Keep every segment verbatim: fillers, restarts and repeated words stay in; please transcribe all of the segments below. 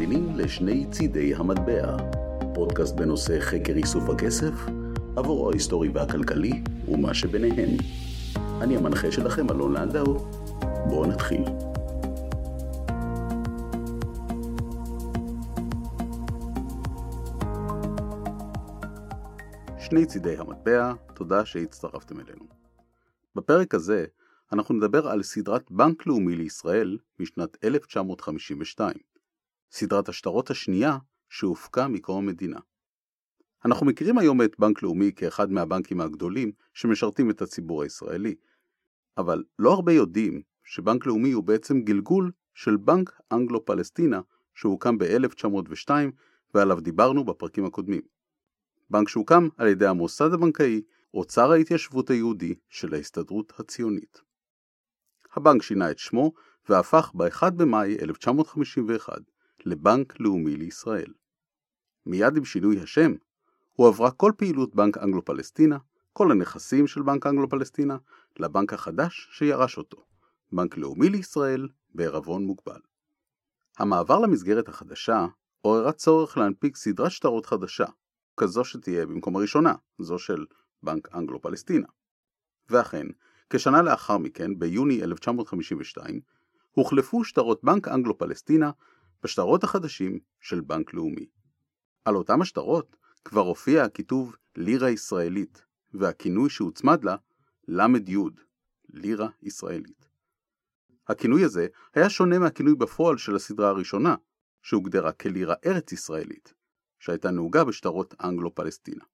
מאזינים לשני צידי המטבע, פודקאסט בנושא חקר איסוף הכסף, עבורו ההיסטורי והכלכלי ומה שביניהם. אני המנחה שלכם אלון לנדאו, בואו נתחיל. שני צידי המטבע, תודה שהצטרפתם אלינו. בפרק הזה אנחנו נדבר על סדרת בנק לאומי לישראל משנת אלף תשע מאות חמישים ושתיים, סדרת השטרות השנייה שהופקה מקום המדינה. אנחנו מכירים היום את בנק לאומי כאחד מהבנקים הגדולים שמשרתים את הציבור הישראלי, אבל לא הרבה יודעים שבנק לאומי הוא בעצם גלגול של בנק אנגלו-פלסטינה שהוקם ב-אלף תשע מאות ושתיים ועליו דיברנו בפרקים הקודמים. בנק שהוקם על ידי המוסד הבנקאי, אוצר ההתיישבות היהודי של ההסתדרות הציונית. הבנק שינה את שמו והפך ב-אחד במאי אלף תשע מאות חמישים ואחת לבנק לאומי לישראל. מיד עם שינוי השם, הוא עברה כל פעילות בנק אנגלו-פלסטינה, כל הנכסים של בנק אנגלו-פלסטינה, לבנק החדש שירש אותו, בנק לאומי לישראל בערבון מוגבל. המעבר למסגרת החדשה עוררה צורך להנפיק סדרת שטרות חדשה, כזו שתהיה במקום הראשונה, זו של בנק אנגלו-פלסטינה. ואכן, כשנה לאחר מכן, ביוני אלף תשע מאות חמישים ושתיים, הוחלפו שטרות בנק אנגלו-פלסטינה בשטרות החדשים של בנק לאומי. על אותם השטרות כבר הופיע הכיתוב לירה ישראלית, והכינוי שהוצמד לה למד יוד, לירה ישראלית. הכינוי הזה היה שונה מהכינוי בפועל של הסדרה הראשונה, שהוגדרה כלירה ארץ ישראלית, שהייתה נהוגה בשטרות אנגלו-פלסטינה.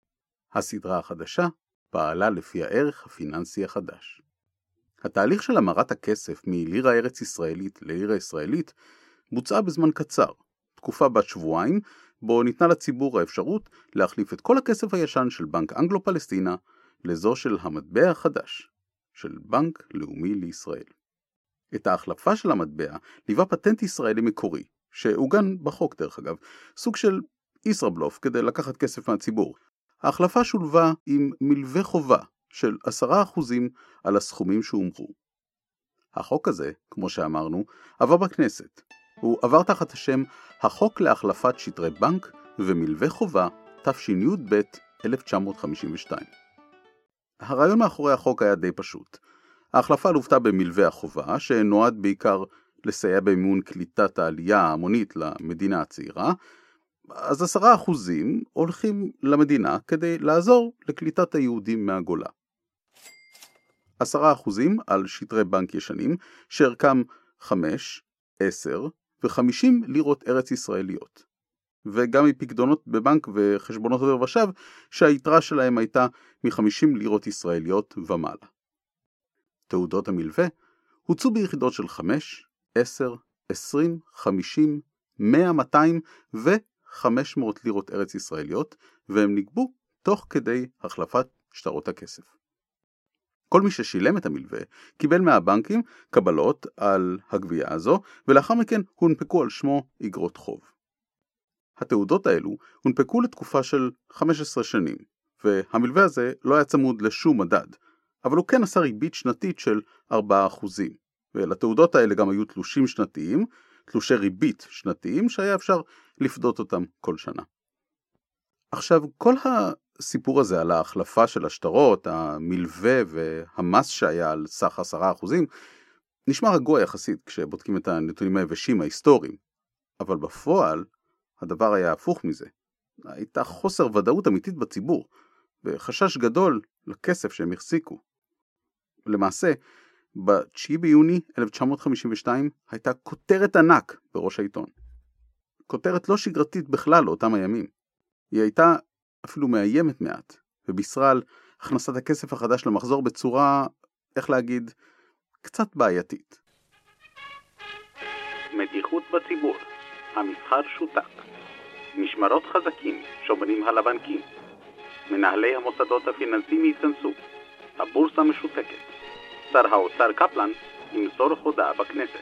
הסדרה החדשה פעלה לפי הערך הפיננסי החדש. התהליך של המרת הכסף מלירה ארץ ישראלית ללירה ישראלית בוצעה בזמן קצר, תקופה בת שבועיים, בו ניתנה לציבור האפשרות להחליף את כל הכסף הישן של בנק אנגלו-פלסטינה לזו של המטבע החדש, של בנק לאומי לישראל. את ההחלפה של המטבע ליווה פטנט ישראלי מקורי, שעוגן בחוק דרך אגב, סוג של ישראבלוף כדי לקחת כסף מהציבור. ההחלפה שולבה עם מלווה חובה של עשרה אחוזים על הסכומים שהומרו. החוק הזה, כמו שאמרנו, עבר בכנסת. הוא עבר תחת השם החוק להחלפת שטרי בנק ומלווה חובה תשי"ב אלף תשע מאות חמישים ושתיים. הרעיון מאחורי החוק היה די פשוט. ההחלפה לוותה במלווה החובה שנועד בעיקר לסייע במימון קליטת העלייה ההמונית למדינה הצעירה, אז עשרה אחוזים הולכים למדינה כדי לעזור לקליטת היהודים מהגולה. עשרה אחוזים על שטרי בנק ישנים שערכם חמש, עשר וחמישים לירות ארץ ישראליות. וגם מפקדונות בבנק וחשבונות עובר ושב שהיתרה שלהם הייתה מ-חמישים לירות ישראליות ומעלה. תעודות המלווה הוצאו ביחידות של חמש, עשר, עשרים, חמישים, מאה, מאתיים ו-חמש מאות לירות ארץ ישראליות, והם נגבו תוך כדי החלפת שטרות הכסף. כל מי ששילם את המלווה קיבל מהבנקים קבלות על הגבייה הזו, ולאחר מכן הונפקו על שמו אגרות חוב. התעודות האלו הונפקו לתקופה של חמש עשרה שנים, והמלווה הזה לא היה צמוד לשום מדד, אבל הוא כן עשה ריבית שנתית של ארבעה אחוזים, ולתעודות האלה גם היו תלושים שנתיים, תלושי ריבית שנתיים שהיה אפשר לפדות אותם כל שנה. עכשיו, כל הסיפור הזה על ההחלפה של השטרות, המלווה והמס שהיה על סך עשרה אחוזים, נשמע רגוע יחסית כשבודקים את הנתונים היבשים ההיסטוריים. אבל בפועל, הדבר היה הפוך מזה. הייתה חוסר ודאות אמיתית בציבור, וחשש גדול לכסף שהם החזיקו. למעשה, ב-תשיעי ביוני אלף תשע מאות חמישים ושתיים הייתה כותרת ענק בראש העיתון. כותרת לא שגרתית בכלל לאותם הימים. היא הייתה אפילו מאיימת מעט, ובישרה על הכנסת הכסף החדש למחזור בצורה, איך להגיד, קצת בעייתית. מתיחות בציבור, המסחר שותק, משמרות חזקים שומרים על הבנקים, מנהלי המוסדות הפיננסיים ייכנסו, הבורסה משותקת, שר האוצר קפלן ימסור הודעה בכנסת.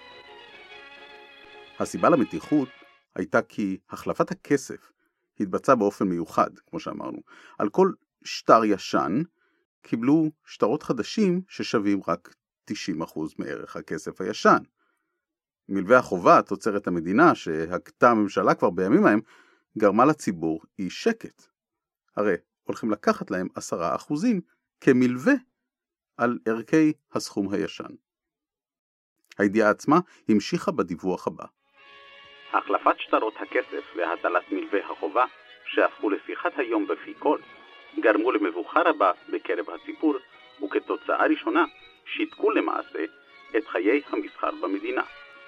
הסיבה למתיחות הייתה כי החלפת הכסף התבצעה באופן מיוחד, כמו שאמרנו. על כל שטר ישן קיבלו שטרות חדשים ששווים רק תשעים אחוז מערך הכסף הישן. מלווה החובה, תוצרת המדינה, שהקטה הממשלה כבר בימים ההם, גרמה לציבור אי שקט. הרי הולכים לקחת להם עשרה אחוזים כמלווה על ערכי הסכום הישן. הידיעה עצמה המשיכה בדיווח הבא. החלפת שטרות הכסף והטלת מלווה החובה, שהפכו לשיחת היום בפי כל, גרמו למבוכה רבה בקרב הציבור, וכתוצאה ראשונה שיתקו למעשה את חיי המסחר במדינה.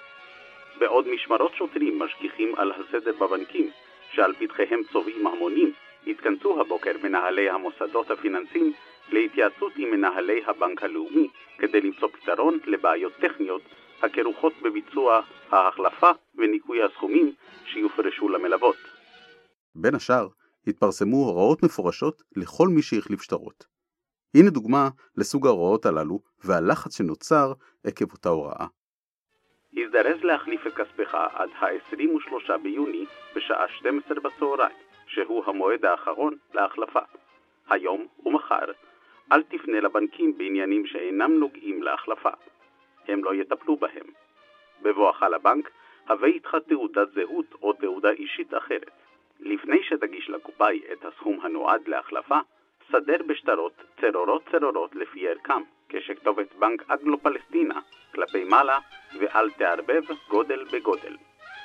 בעוד משמרות שוטרים משגיחים על הסדר בבנקים, שעל פתחיהם צובעים המונים, התכנסו הבוקר מנהלי המוסדות הפיננסיים להתייעצות עם מנהלי הבנק הלאומי כדי למצוא פתרון לבעיות טכניות הכרוכות בביצוע ההחלפה וניקוי הסכומים שיופרשו למלוות. בין השאר, התפרסמו הוראות מפורשות לכל מי שהחליף שטרות. הנה דוגמה לסוג ההוראות הללו והלחץ שנוצר עקב אותה הוראה. הזדרז להחליף את כספך עד ה-עשרים ושלושה ביוני בשעה שתים עשרה בצהריים, שהוא המועד האחרון להחלפה. היום ומחר, אל תפנה לבנקים בעניינים שאינם נוגעים להחלפה. הם לא יטפלו בהם. בבואך לבנק, הבא איתך תעודת זהות או תעודה אישית אחרת. לפני שתגיש לקופאי את הסכום הנועד להחלפה, סדר בשטרות צרורות צרורות לפי ערכם, כשכתובת בנק אנגלו-פלסטינה כלפי מעלה, ואל תערבב גודל בגודל.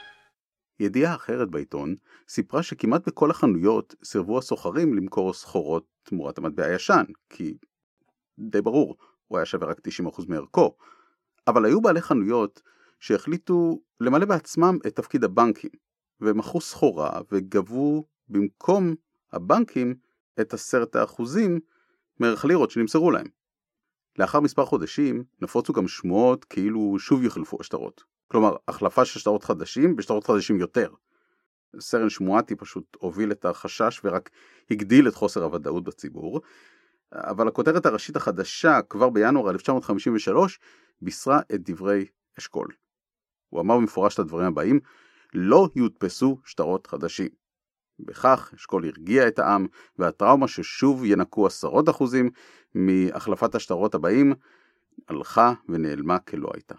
ידיעה אחרת בעיתון סיפרה שכמעט בכל החנויות סירבו הסוחרים למכור סחורות תמורת המטבע הישן, כי די ברור, הוא היה שווה רק תשעים אחוז מערכו. אבל היו בעלי חנויות שהחליטו למלא בעצמם את תפקיד הבנקים, ומכרו סחורה וגבו במקום הבנקים את עשרת האחוזים מערך לירות שנמסרו להם. לאחר מספר חודשים נפוצו גם שמועות כאילו שוב יחלפו השטרות. כלומר, החלפה של שטרות חדשים בשטרות חדשים יותר. סרן שמועתי פשוט הוביל את החשש ורק הגדיל את חוסר הוודאות בציבור. אבל הכותרת הראשית החדשה כבר בינואר אלף תשע מאות חמישים ושלוש בישרה את דברי אשכול. הוא אמר במפורש את הדברים הבאים: לא יודפסו שטרות חדשים. בכך אשכול הרגיע את העם, והטראומה ששוב ינקו עשרות אחוזים מהחלפת השטרות הבאים הלכה ונעלמה כלא הייתה.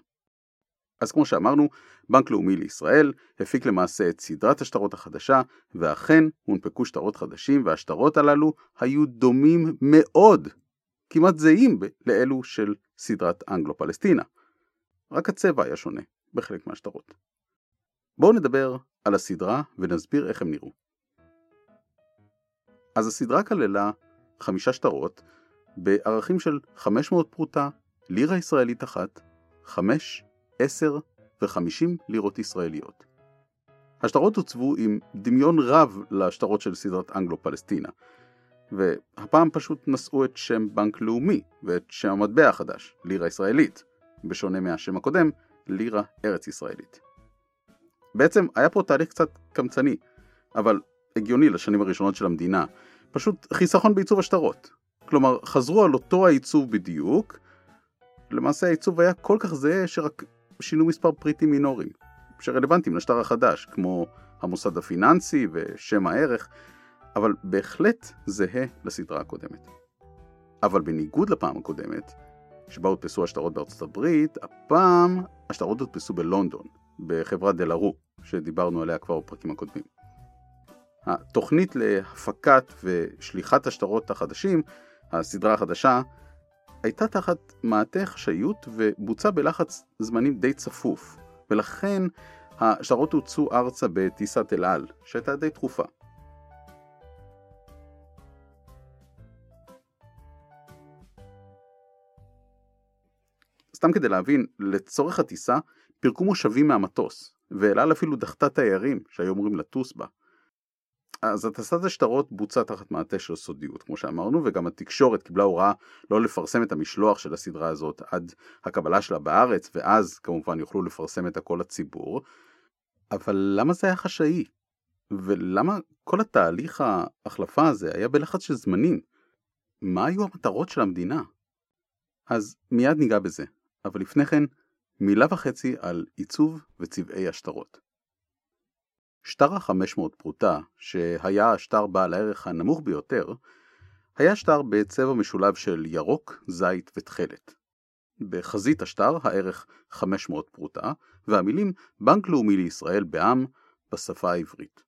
אז כמו שאמרנו, בנק לאומי לישראל הפיק למעשה את סדרת השטרות החדשה, ואכן הונפקו שטרות חדשים, והשטרות הללו היו דומים מאוד, כמעט זהים לאלו של סדרת אנגלו-פלסטינה. רק הצבע היה שונה בחלק מהשטרות. בואו נדבר על הסדרה ונסביר איך הם נראו. אז הסדרה כללה חמישה שטרות בערכים של חמש מאות פרוטה, לירה ישראלית אחת, חמש, עשר וחמישים לירות ישראליות. השטרות הוצבו עם דמיון רב לשטרות של סדרת אנגלו-פלסטינה, והפעם פשוט נשאו את שם בנק לאומי ואת שם המטבע החדש, לירה ישראלית, בשונה מהשם הקודם, לירה ארץ ישראלית. בעצם היה פה תהליך קצת קמצני, אבל הגיוני לשנים הראשונות של המדינה, פשוט חיסכון בעיצוב השטרות. כלומר, חזרו על אותו העיצוב בדיוק, למעשה העיצוב היה כל כך זהה שרק שינו מספר פריטים מינוריים, שרלוונטיים לשטר החדש, כמו המוסד הפיננסי ושם הערך, אבל בהחלט זהה לסדרה הקודמת. אבל בניגוד לפעם הקודמת, שבה הודפסו השטרות בארצות הברית, הפעם השטרות הודפסו בלונדון, בחברת דלרו, שדיברנו עליה כבר בפרקים הקודמים. התוכנית להפקת ושליחת השטרות החדשים, הסדרה החדשה, הייתה תחת מעטה חשאיות ובוצע בלחץ זמנים די צפוף, ולכן השטרות הוצאו ארצה בטיסת אל על, שהייתה די תכופה. סתם כדי להבין, לצורך הטיסה פירקו מושבים מהמטוס, ואל על אפילו דחתה תיירים שהיו אמורים לטוס בה. אז הטסת השטרות בוצעה תחת מעטה של סודיות, כמו שאמרנו, וגם התקשורת קיבלה הוראה לא לפרסם את המשלוח של הסדרה הזאת עד הקבלה שלה בארץ, ואז כמובן יוכלו לפרסם את הכל לציבור. אבל למה זה היה חשאי? ולמה כל התהליך ההחלפה הזה היה בלחץ של זמנים? מה היו המטרות של המדינה? אז מיד ניגע בזה, אבל לפני כן מילה וחצי על עיצוב וצבעי השטרות. שטר ה-חמש מאות פרוטה, שהיה השטר בעל הערך הנמוך ביותר, היה שטר בצבע משולב של ירוק, זית ותכלת. בחזית השטר הערך חמש מאות פרוטה, והמילים בנק לאומי לישראל בע"מ בשפה העברית.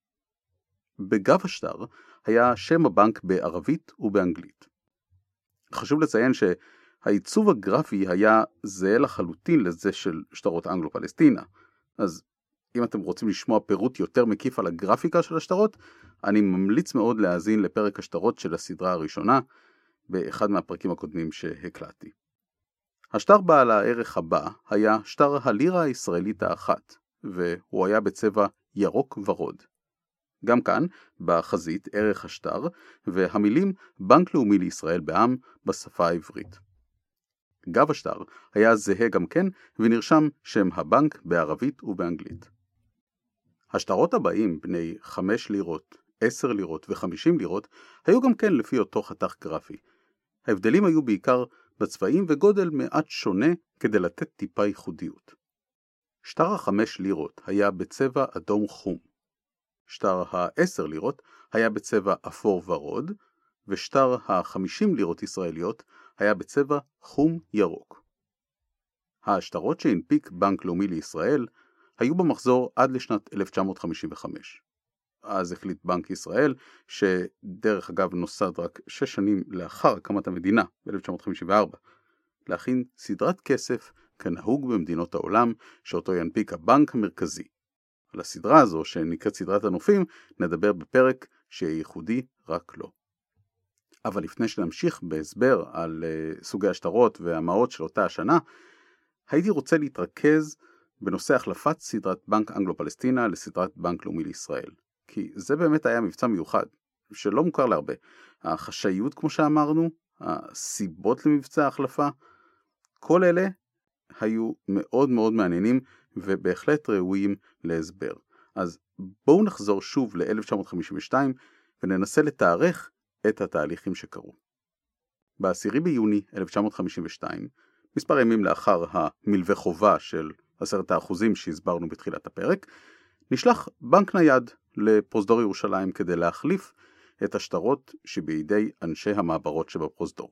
בגב השטר היה שם הבנק בערבית ובאנגלית. חשוב לציין שהעיצוב הגרפי היה זהה לחלוטין לזה של שטרות אנגלו-פלסטינה, אז אם אתם רוצים לשמוע פירוט יותר מקיף על הגרפיקה של השטרות, אני ממליץ מאוד להאזין לפרק השטרות של הסדרה הראשונה, באחד מהפרקים הקודמים שהקלטתי. השטר בעל הערך הבא היה שטר הלירה הישראלית האחת, והוא היה בצבע ירוק ורוד. גם כאן, בחזית, ערך השטר, והמילים בנק לאומי לישראל בע"מ בשפה העברית. גב השטר היה זהה גם כן, ונרשם שם הבנק בערבית ובאנגלית. השטרות הבאים, בני חמש לירות, עשר לירות וחמישים לירות, היו גם כן לפי אותו חתך גרפי. ההבדלים היו בעיקר בצבעים וגודל מעט שונה כדי לתת טיפה ייחודיות. שטר החמש לירות היה בצבע אדום חום. שטר העשר לירות היה בצבע אפור ורוד, ושטר החמישים לירות ישראליות היה בצבע חום ירוק. השטרות שהנפיק בנק לאומי לישראל היו במחזור עד לשנת אלף תשע מאות חמישים וחמש. אז החליט בנק ישראל, שדרך אגב נוסד רק שש שנים לאחר הקמת המדינה, ב-אלף תשע מאות חמישים וארבע, להכין סדרת כסף כנהוג במדינות העולם, שאותו ינפיק הבנק המרכזי. על הסדרה הזו, שנקראת סדרת הנופים, נדבר בפרק שיהיה ייחודי רק לו. אבל לפני שנמשיך בהסבר על uh, סוגי השטרות והמעות של אותה השנה, הייתי רוצה להתרכז בנושא החלפת סדרת בנק אנגלו-פלסטינה לסדרת בנק לאומי לישראל. כי זה באמת היה מבצע מיוחד, שלא מוכר להרבה. החשאיות, כמו שאמרנו, הסיבות למבצע ההחלפה, כל אלה היו מאוד מאוד מעניינים ובהחלט ראויים להסבר. אז בואו נחזור שוב ל-אלף תשע מאות חמישים ושתיים וננסה לתארך את התהליכים שקרו. בעשירי ביוני אלף תשע מאות חמישים ושתיים, מספר ימים לאחר המלווה חובה של עשרת האחוזים שהסברנו בתחילת הפרק, נשלח בנק נייד לפרוזדור ירושלים כדי להחליף את השטרות שבידי אנשי המעברות שבפרוזדור.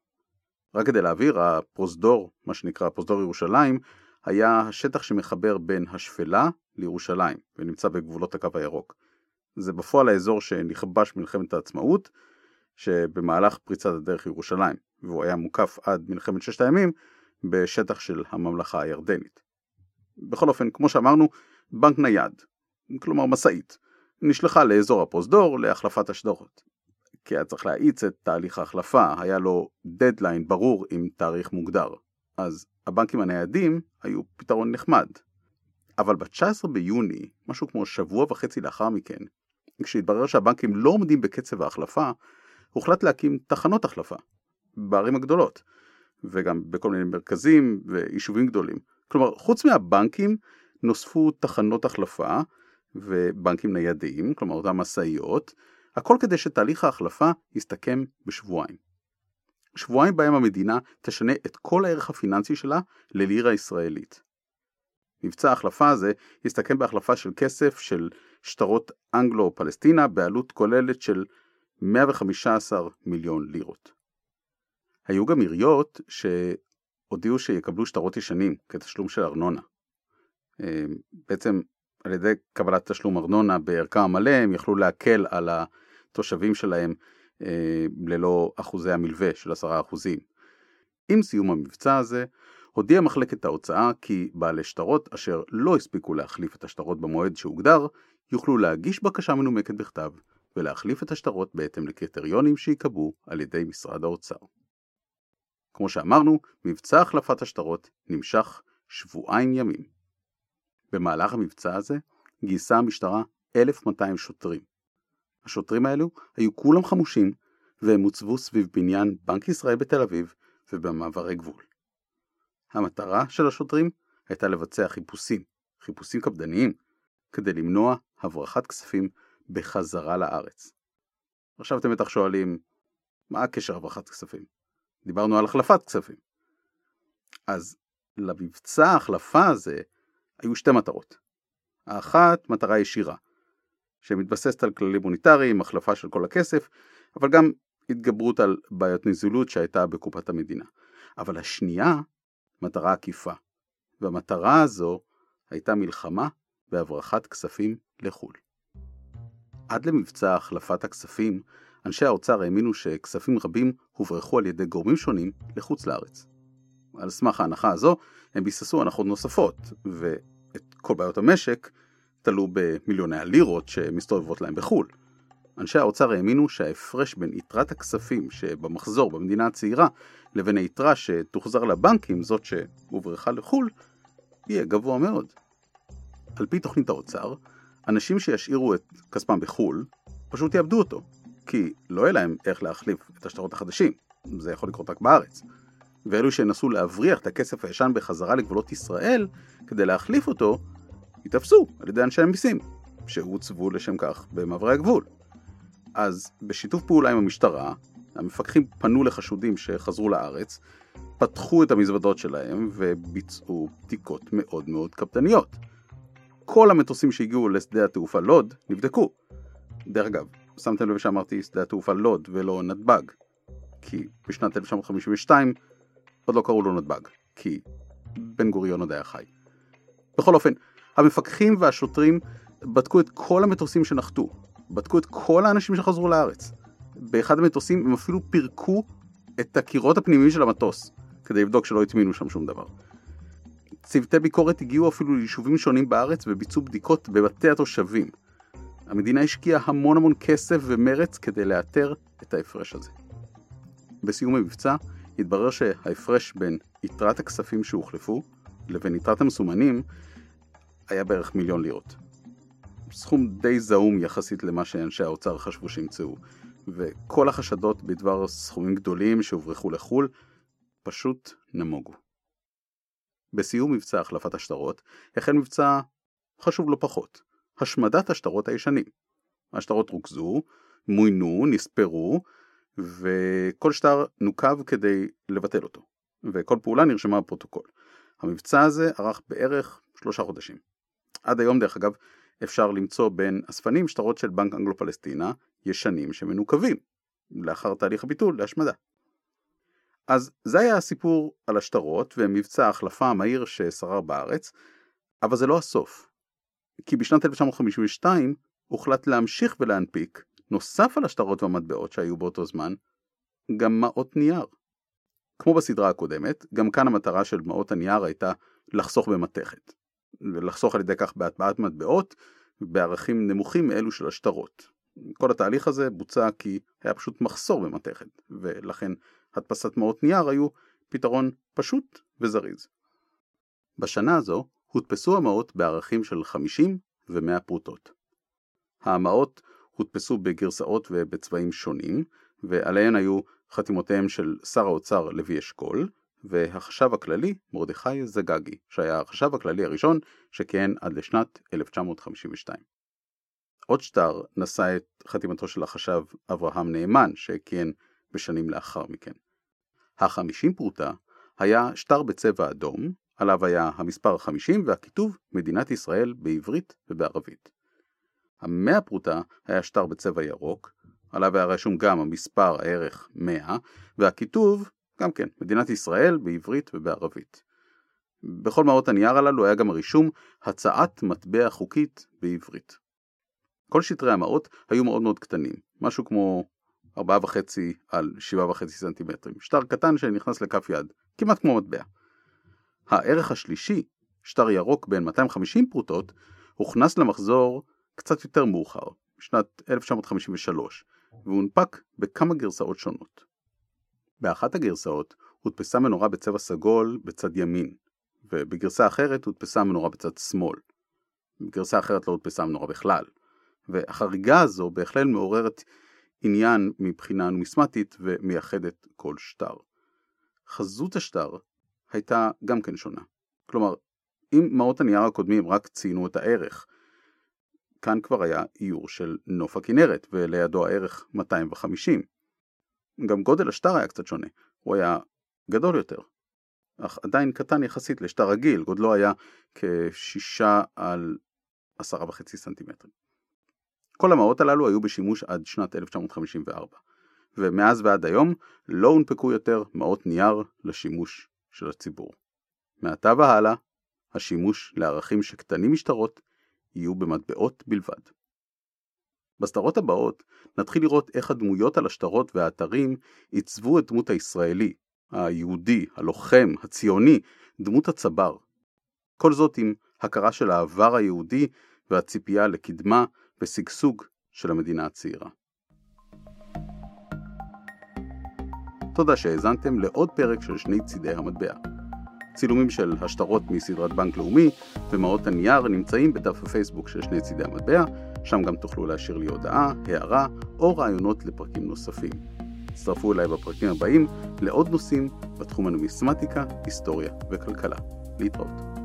רק כדי להעביר, הפרוזדור, מה שנקרא פרוזדור ירושלים, היה השטח שמחבר בין השפלה לירושלים, ונמצא בגבולות הקו הירוק. זה בפועל האזור שנכבש מלחמת העצמאות, שבמהלך פריצת הדרך ירושלים, והוא היה מוקף עד מלחמת ששת הימים בשטח של הממלכה הירדנית. בכל אופן, כמו שאמרנו, בנק נייד, כלומר מסעית, נשלחה לאזור הפרוזדור להחלפת השטרות. כי היה צריך להאיץ את תהליך ההחלפה, היה לו דדליין ברור עם תאריך מוגדר. אז הבנקים הניידים היו פתרון נחמד. אבל ב-תשעה עשר ביוני, משהו כמו שבוע וחצי לאחר מכן, כשהתברר שהבנקים לא עומדים בקצב ההחלפה, הוחלט להקים תחנות החלפה בערים הגדולות, וגם בכל מיני מרכזים ויישובים גדולים. כלומר, חוץ מהבנקים נוספו תחנות החלפה ובנקים ניידים, כלומר אותם מסעיות, הכל כדי שתהליך ההחלפה יסתכם בשבועיים. שבועיים בהם המדינה תשנה את כל הערך הפיננסי שלה ללירה ישראלית. מבצע ההחלפה הזה יסתכם בהחלפה של כסף של שטרות אנגלו-פלסטינה בעלות כוללת של מאה וחמישה עשר מיליון לירות. היו גם עיריות שהודיעו שיקבלו שטרות ישנים כתשלום של ארנונה. בעצם על ידי קבלת תשלום ארנונה בערכם המלא, הם יכלו להקל על התושבים שלהם ללא אחוזי המלווה של עשרה אחוזים. עם סיום המבצע הזה, הודיעה מחלקת ההוצאה כי בעלי שטרות אשר לא הספיקו להחליף את השטרות במועד שהוגדר, יוכלו להגיש בקשה מנומקת בכתב ולהחליף את השטרות בהתאם לקריטריונים שיקבעו על ידי משרד האוצר. כמו שאמרנו, מבצע החלפת השטרות נמשך שבועיים ימים. במהלך המבצע הזה גייסה המשטרה אלף ומאתיים שוטרים. השוטרים האלו היו כולם חמושים, והם הוצבו סביב בניין בנק ישראל בתל אביב ובמעברי גבול. המטרה של השוטרים הייתה לבצע חיפושים, חיפושים קפדניים, כדי למנוע הברחת כספים בחזרה לארץ. עכשיו אתם בטח שואלים, מה הקשר הברחת כספים? דיברנו על החלפת כספים. אז למבצע ההחלפה הזה היו שתי מטרות. האחת, מטרה ישירה, שמתבססת על כללים מוניטריים, החלפה של כל הכסף, אבל גם התגברות על בעיות נזילות שהייתה בקופת המדינה. אבל השנייה, מטרה עקיפה, והמטרה הזו הייתה מלחמה בהברחת כספים לחו"ל. עד למבצע החלפת הכספים, אנשי האוצר האמינו שכספים רבים הוברחו על ידי גורמים שונים לחוץ לארץ. על סמך ההנחה הזו, הם ביססו הנחות נוספות, ואת כל בעיות המשק תלו במיליוני הלירות שמסתובבות להם בחו"ל. אנשי האוצר האמינו שההפרש בין יתרת הכספים שבמחזור במדינה הצעירה לבין היתרה שתוחזר לבנקים, זאת שהוברחה לחו"ל, יהיה גבוה מאוד. על פי תוכנית האוצר, אנשים שישאירו את כספם בחו"ל פשוט יאבדו אותו, כי לא יהיה להם איך להחליף את השטרות החדשים. זה יכול לקרות רק בארץ. ואלו שינסו להבריח את הכסף הישן בחזרה לגבולות ישראל כדי להחליף אותו, יתפסו על ידי אנשי המיסים, שהוצבו לשם כך במעברי הגבול. אז בשיתוף פעולה עם המשטרה, המפקחים פנו לחשודים שחזרו לארץ, פתחו את המזוודות שלהם וביצעו בדיקות מאוד מאוד קפדניות. כל המטוסים שהגיעו לשדה התעופה לוד נבדקו. דרך אגב, שמתם לב שאמרתי שדה התעופה לוד ולא נתב"ג, כי בשנת אלף תשע מאות חמישים ושתיים עוד לא קראו לו נתב"ג, כי בן גוריון עוד היה חי. בכל אופן, המפקחים והשוטרים בדקו את כל המטוסים שנחתו, בדקו את כל האנשים שחזרו לארץ. באחד המטוסים הם אפילו פירקו את הקירות הפנימיים של המטוס, כדי לבדוק שלא התמינו שם שום דבר. צוותי ביקורת הגיעו אפילו ליישובים שונים בארץ וביצעו בדיקות בבתי התושבים. המדינה השקיעה המון המון כסף ומרץ כדי לאתר את ההפרש הזה. בסיום המבצע התברר שההפרש בין יתרת הכספים שהוחלפו לבין יתרת המסומנים היה בערך מיליון לירות. סכום די זעום יחסית למה שאנשי האוצר חשבו שימצאו, וכל החשדות בדבר סכומים גדולים שהוברחו לחו"ל פשוט נמוגו. בסיום מבצע החלפת השטרות החל מבצע חשוב לא פחות, השמדת השטרות הישנים. השטרות רוכזו, מוינו, נספרו, וכל שטר נוקב כדי לבטל אותו, וכל פעולה נרשמה בפרוטוקול. המבצע הזה ארך בערך שלושה חודשים. עד היום דרך אגב אפשר למצוא בין אספנים שטרות של בנק אנגלו-פלסטינה ישנים שמנוקבים, לאחר תהליך הביטול להשמדה. אז זה היה הסיפור על השטרות ומבצע ההחלפה המהיר ששרר בארץ, אבל זה לא הסוף. כי בשנת אלף תשע מאות חמישים ושתיים הוחלט להמשיך ולהנפיק, נוסף על השטרות והמטבעות שהיו באותו זמן, גם מעות נייר. כמו בסדרה הקודמת, גם כאן המטרה של מעות הנייר הייתה לחסוך במתכת, ולחסוך על ידי כך בהטבעת מטבעות בערכים נמוכים מאלו של השטרות. כל התהליך הזה בוצע כי היה פשוט מחסור במתכת, ולכן הדפסת מעות נייר היו פתרון פשוט וזריז. בשנה הזו הודפסו המעות בערכים של חמישים ו-מאה פרוטות. המעות הודפסו בגרסאות ובצבעים שונים, ועליהן היו חתימותיהם של שר האוצר לוי אשכול, והחשב הכללי מרדכי זגגי, שהיה החשב הכללי הראשון שכיהן עד לשנת אלף תשע מאות חמישים ושתיים. עוד שטר נשא את חתימתו של החשב אברהם נאמן, שכיהן בשנים לאחר מכן. ה-חמישים פרוטה היה שטר בצבע אדום, עליו היה המספר חמישים והכיתוב מדינת ישראל בעברית ובערבית. ה-מאה פרוטה היה שטר בצבע ירוק, עליו היה רשום גם המספר הערך מאה, והכיתוב גם כן מדינת ישראל בעברית ובערבית. בכל מעות הנייר הללו היה גם הרישום הצעת מטבע חוקית בעברית. כל שטרי המעות היו מאוד מאוד קטנים, משהו כמו ארבעה וחצי על שבעה וחצי סנטימטרים, שטר קטן שנכנס לכף יד, כמעט כמו מטבע. הערך השלישי, שטר ירוק בין מאתיים וחמישים פרוטות, הוכנס למחזור קצת יותר מאוחר, בשנת אלף תשע מאות חמישים ושלוש, והונפק בכמה גרסאות שונות. באחת הגרסאות הודפסה מנורה בצבע סגול בצד ימין, ובגרסה אחרת הודפסה מנורה בצד שמאל. בגרסה אחרת לא הודפסה מנורה בכלל, והחריגה הזו בהחלל מעוררת עניין מבחינה נומיסמטית ומייחדת כל שטר. חזות השטר הייתה גם כן שונה. כלומר, אם מעות הנייר הקודמים רק ציינו את הערך, כאן כבר היה איור של נוף הכנרת, ולידו הערך מאתיים וחמישים. גם גודל השטר היה קצת שונה, הוא היה גדול יותר, אך עדיין קטן יחסית לשטר רגיל, גודלו היה כשישה על עשרה וחצי סנטימטרים. כל המעות הללו היו בשימוש עד שנת אלף תשע מאות חמישים וארבע, ומאז ועד היום לא הונפקו יותר מעות נייר לשימוש של הציבור. מעתה והלאה, השימוש לערכים שקטנים משטרות יהיו במטבעות בלבד. בסדרות הבאות נתחיל לראות איך הדמויות על השטרות והאתרים עיצבו את דמות הישראלי, היהודי, הלוחם, הציוני, דמות הצבר. כל זאת עם הכרה של העבר היהודי והציפייה לקדמה ושגשוג של המדינה הצעירה. תודה שהאזנתם לעוד פרק של שני צידי המטבע. צילומים של השטרות מסדרת בנק לאומי ומעות הנייר נמצאים בדף הפייסבוק של שני צידי המטבע, שם גם תוכלו להשאיר לי הודעה, הערה או רעיונות לפרקים נוספים. הצטרפו אליי בפרקים הבאים לעוד נושאים בתחום הנומיסמטיקה, היסטוריה וכלכלה. להתראות.